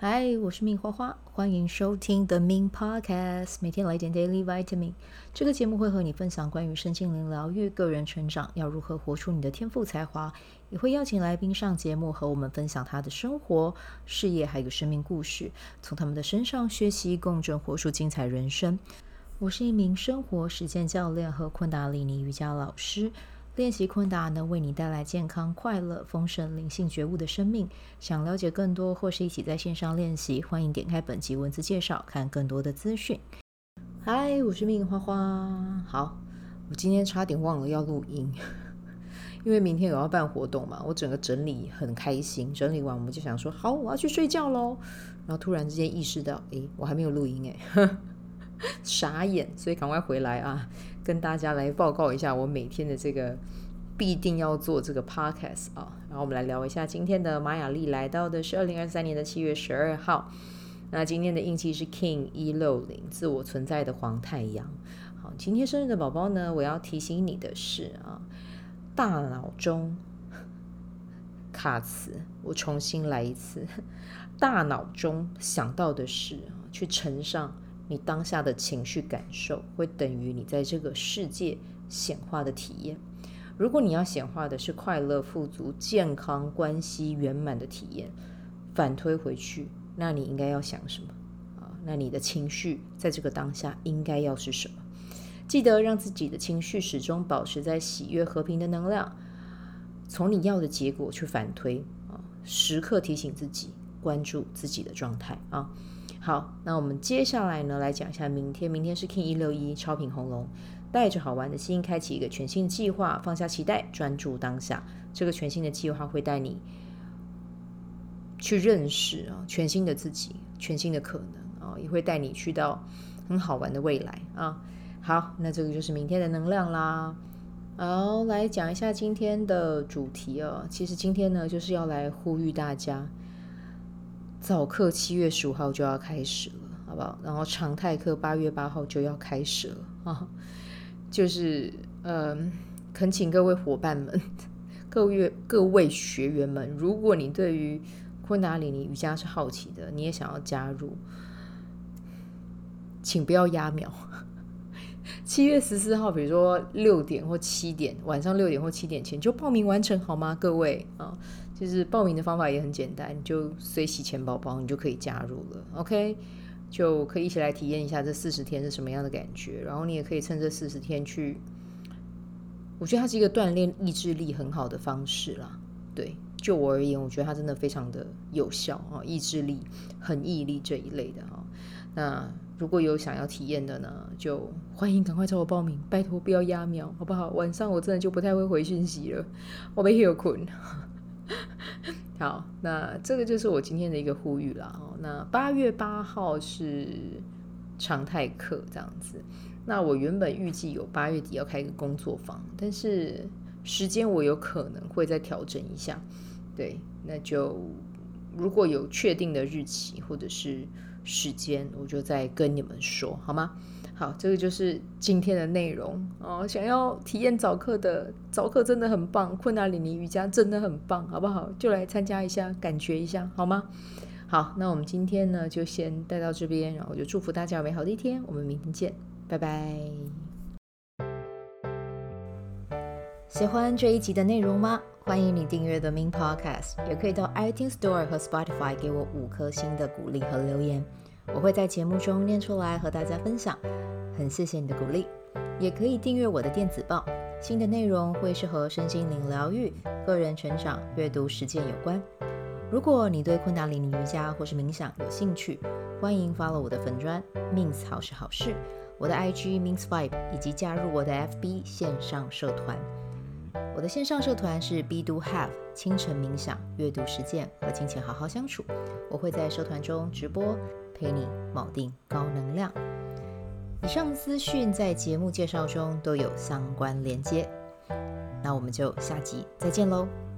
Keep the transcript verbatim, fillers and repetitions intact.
嗨，我是命花花，欢迎收听 The Min Podcast， 每天来点 Daily Vitamin。这个节目会和你分享关于身心灵疗愈、个人成长，要如何活出你的天赋才华，也会邀请来宾上节目和我们分享他的生活、事业还有生命故事，从他们的身上学习共振，活出精彩人生。我是一名生活实践教练和昆达里尼瑜伽老师。练习昆达能为你带来健康、快乐、丰盛、灵性觉悟的生命。想了解更多或是一起在线上练习，欢迎点开本集文字介绍，看更多的资讯。嗨，我是命花花。好，我今天差点忘了要录音，因为明天有要办活动嘛，我整个整理很开心，整理完我们就想说，好，我要去睡觉咯。然后突然之间意识到，诶，我还没有录音诶。傻眼，所以赶快回来啊，跟大家来报告一下我每天的这个必定要做这个 podcast 啊。然后我们来聊一下今天的玛雅历来到的是二零二三年的七月十二号。那今天的印记是 King 一六零，自我存在的黄太阳。好，今天生日的宝宝呢，我要提醒你的是啊，大脑中卡词，我重新来一次，大脑中想到的是去乘上你当下的情绪感受，会等于你在这个世界显化的体验。如果你要显化的是快乐、富足、健康、关系圆满的体验，反推回去，那你应该要想什么啊？那你的情绪在这个当下应该要是什么？记得让自己的情绪始终保持在喜悦、和平的能量，从你要的结果去反推啊，时刻提醒自己关注自己的状态啊。好，那我们接下来呢，来讲一下明天。明天是 King 一六一超频红龙，带着好玩的心，开启一个全新的计划，放下期待，专注当下。这个全新的计划会带你去认识啊，全新的自己，全新的可能啊，也会带你去到很好玩的未来啊。好，那这个就是明天的能量啦。好，来讲一下今天的主题哦。其实今天呢，就是要来呼吁大家。早课七月十五号就要开始了，好不好？然后常态课八月八号就要开始了啊！就是呃，恳请各位伙伴们、各位各位学员们，如果你对于昆达里尼瑜伽是好奇的，你也想要加入，请不要压秒。七月十四号，比如说六点或七点，晚上六点或七点前就报名完成，好吗？各位啊！就是报名的方法也很简单，你就随喜钱宝宝，你就可以加入了 OK， 就可以一起来体验一下这四十天是什么样的感觉。然后你也可以趁这四十天去，我觉得它是一个锻炼意志力很好的方式啦。对，就我而言，我觉得它真的非常的有效啊，意志力、很毅力这一类的哈。那如果有想要体验的呢，就欢迎赶快找我报名，拜托不要压秒，好不好？晚上我真的就不太会回讯息了，我被有困。好，那这个就是我今天的一个呼吁啦。那八月八号是常态课这样子。那我原本预计有八月底要开一个工作坊，但是时间我有可能会再调整一下。对，那就如果有确定的日期或者是时间，我就再跟你们说，好吗？好，这个就是今天的内容哦。想要体验早课的，早课真的很棒，昆达里尼瑜伽真的很棒，好不好？就来参加一下，感觉一下，好吗？好，那我们今天呢就先带到这边，然后我就祝福大家有美好的一天，我们明天见，拜拜。喜欢这一集的内容吗？欢迎你订阅 The Min Podcast， 也可以到 iTunes Store 和 Spotify 给我五颗星的鼓励和留言，我会在节目中念出来和大家分享。很谢谢你的鼓励，也可以订阅我的电子报，新的内容会是和身心灵疗愈、个人成长、阅读实践有关。如果你对昆达里尼瑜伽或是冥想有兴趣，欢迎 follow 我的粉专 Mins 好是好事，我的 I G Mins Vibe， 以及加入我的 F B 线上社团。我的线上社团是 Be Do Have 清晨冥想、阅读实践和金钱好好相处，我会在社团中直播，陪你铆定高能量。以上资讯在节目介绍中都有相关连接，那我们就下集再见喽。